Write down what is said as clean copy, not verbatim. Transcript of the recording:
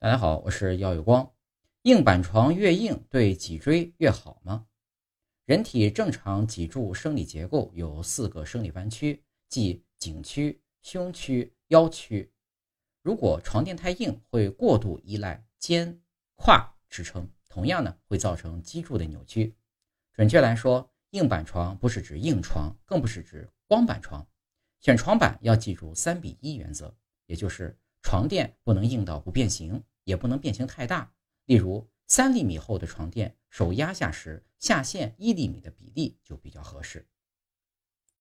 大家好，我是耀有光。硬板床越硬对脊椎越好吗？人体正常脊柱生理结构有4个生理弯曲，即颈区、胸区、腰区。如果床垫太硬，会过度依赖肩、胯支撑，同样呢会造成脊柱的扭曲。准确来说，硬板床不是指硬床，更不是指光板床。选床板要记住3:1原则，也就是床垫不能硬到不变形，也不能变形太大。例如3厘米厚的床垫，手压下时下陷1厘米的比例就比较合适。